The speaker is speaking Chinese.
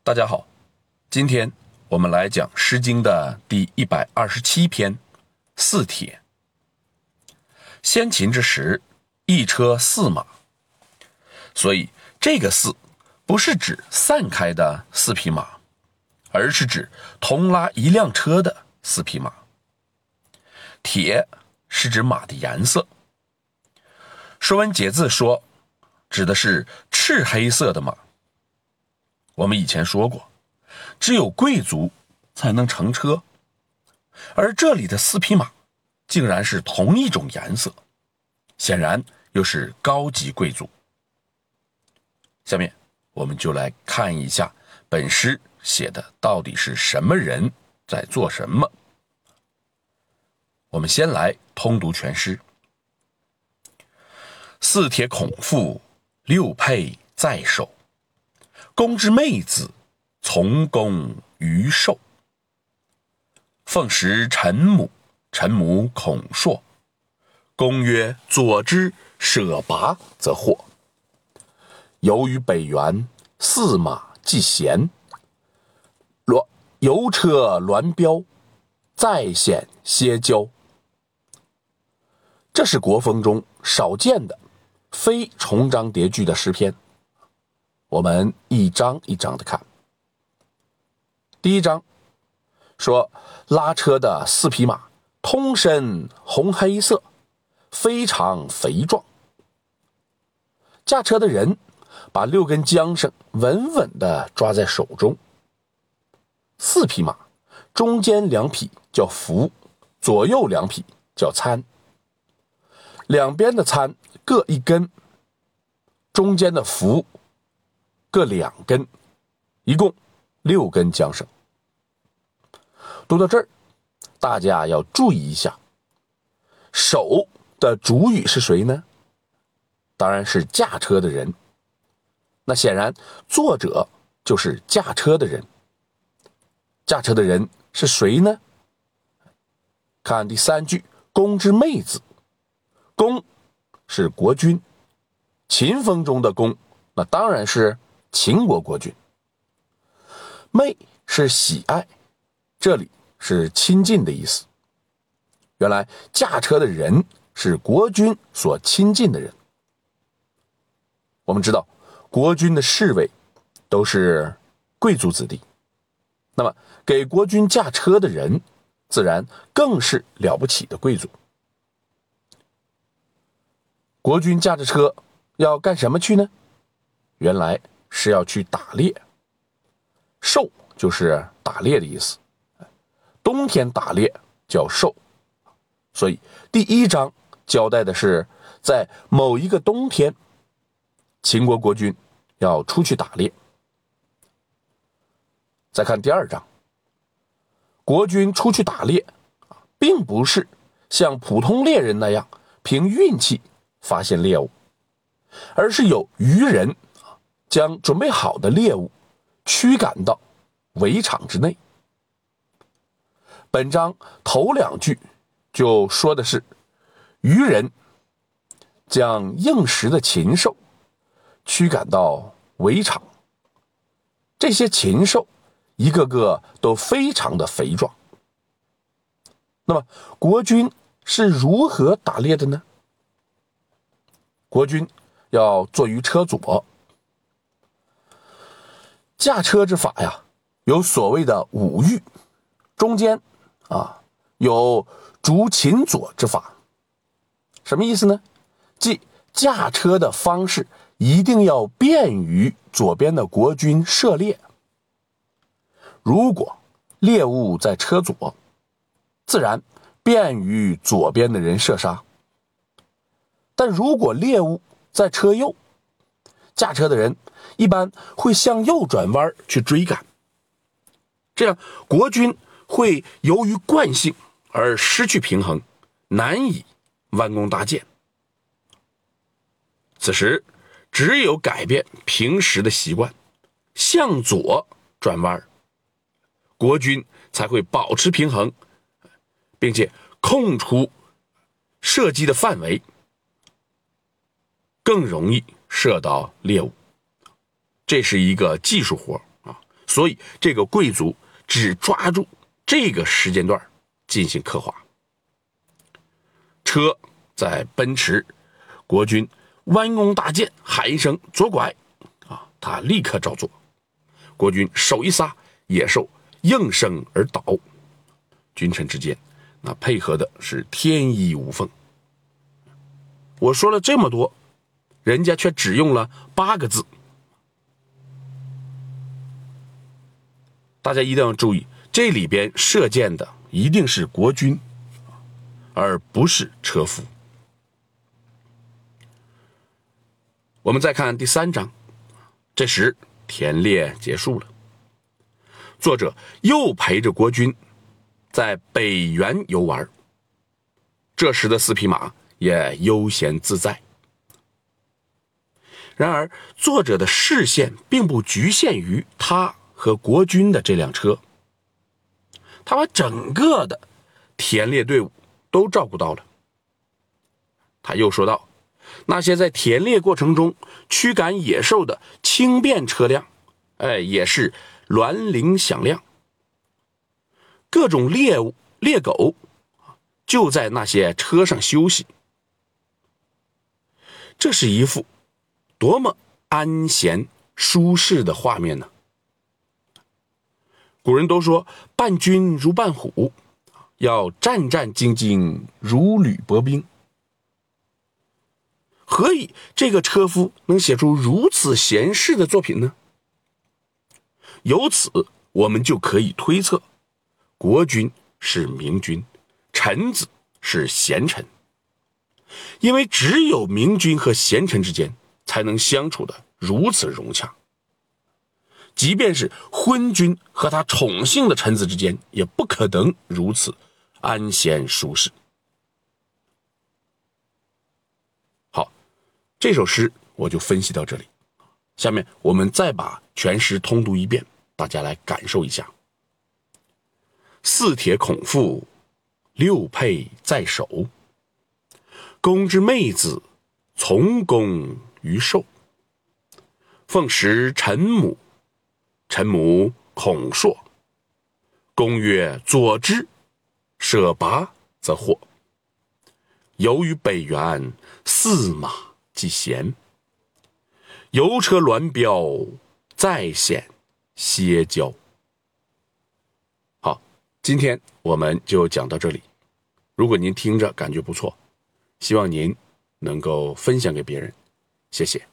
大家好，今天我们来讲《诗经》的第127篇《四帖》。先秦之时，一车4马，所以这个4不是指散开的4匹马，而是指同拉一辆车的4匹马。铁是指马的颜色，《说文解字》说，指的是赤黑色的马。我们以前说过，只有贵族才能乘车，而这里的4匹马竟然是同一种颜色，显然又是高级贵族。下面我们就来看一下本诗写的到底是什么人在做什么。我们先来通读全诗。4帖孔父，6佩在手。公之妹子，从公于寿。奉食陈母，陈母孔硕。公曰：左之，舍拔则获。游于北原，4马既闲。游车鸾标，再显歇交。这是国风中少见的非重章叠句的诗篇。我们一章一章的看。第一章说，拉车的4匹马通身红黑色，非常肥壮。驾车的人把6根缰绳稳稳地抓在手中。4匹马，中间2匹叫扶，左右2匹叫参。两边的参各1根，中间的扶各2根，一共6根缰绳。读到这儿，大家要注意一下，手的主语是谁呢？当然是驾车的人。那显然作者就是驾车的人。驾车的人是谁呢？看第3句，公之妹子。公是国君，秦风中的公，那当然是秦国国君。妹是喜爱，这里是亲近的意思。原来驾车的人是国君所亲近的人。我们知道国君的侍卫都是贵族子弟，那么给国君驾车的人自然更是了不起的贵族。国君驾着车要干什么去呢？原来是要去打猎。狩就是打猎的意思，冬天打猎叫狩。所以第1章交代的是在某一个冬天，秦国国君要出去打猎。再看第2章，国君出去打猎并不是像普通猎人那样凭运气发现猎物，而是有渔人将准备好的猎物驱赶到围场之内。本章头2句就说的是渔人将应食的禽兽驱赶到围场。这些禽兽一个个都非常的肥壮。那么国君是如何打猎的呢？国君要坐于车左。驾车之法呀，有所谓的5御，中间有逐禽左之法。什么意思呢？即驾车的方式一定要便于左边的国君射猎。如果猎物在车左，自然便于左边的人射杀。但如果猎物在车右，驾车的人一般会向右转弯去追赶，这样国君会由于惯性而失去平衡，难以弯弓搭箭。此时只有改变平时的习惯，向左转弯，国君才会保持平衡，并且空出射击的范围，更容易射到猎物。这是一个技术活啊， 所以这个贵族只抓住这个时间段进行刻画。车在奔驰，国军弯弓搭箭，喊一声左拐他立刻照做。国军手一撒，野兽应声而倒，君臣之间那配合的是天衣无缝。我说了这么多，人家却只用了8个字。大家一定要注意，这里边射箭的一定是国军，而不是车夫。我们再看第3章，这时田猎结束了，作者又陪着国军在北原游玩，这时的4匹马也悠闲自在。然而作者的视线并不局限于他和国军的这辆车，他把整个的田猎队伍都照顾到了。他又说到，那些在田猎过程中驱赶野兽的轻便车辆，也是銮铃响亮，各种猎物猎狗就在那些车上休息。这是一幅多么安闲舒适的画面呢？古人都说伴君如伴虎，要战战兢兢如履薄冰。何以这个车夫能写出如此闲适的作品呢？由此我们就可以推测，国君是明君，臣子是贤臣。因为只有明君和贤臣之间才能相处的如此融洽，即便是昏君和他宠幸的臣子之间也不可能如此安闲舒适。好，这首诗我就分析到这里，下面我们再把全诗通读一遍，大家来感受一下。四铁孔父，六佩在手，公之妹子，从公于寿。奉食臣母，臣母孔硕。公曰左之，舍拔则获。游于北原，驷马既闲。游车鸾标，再显歇交。好，今天我们就讲到这里。如果您听着感觉不错，希望您能够分享给别人，谢谢。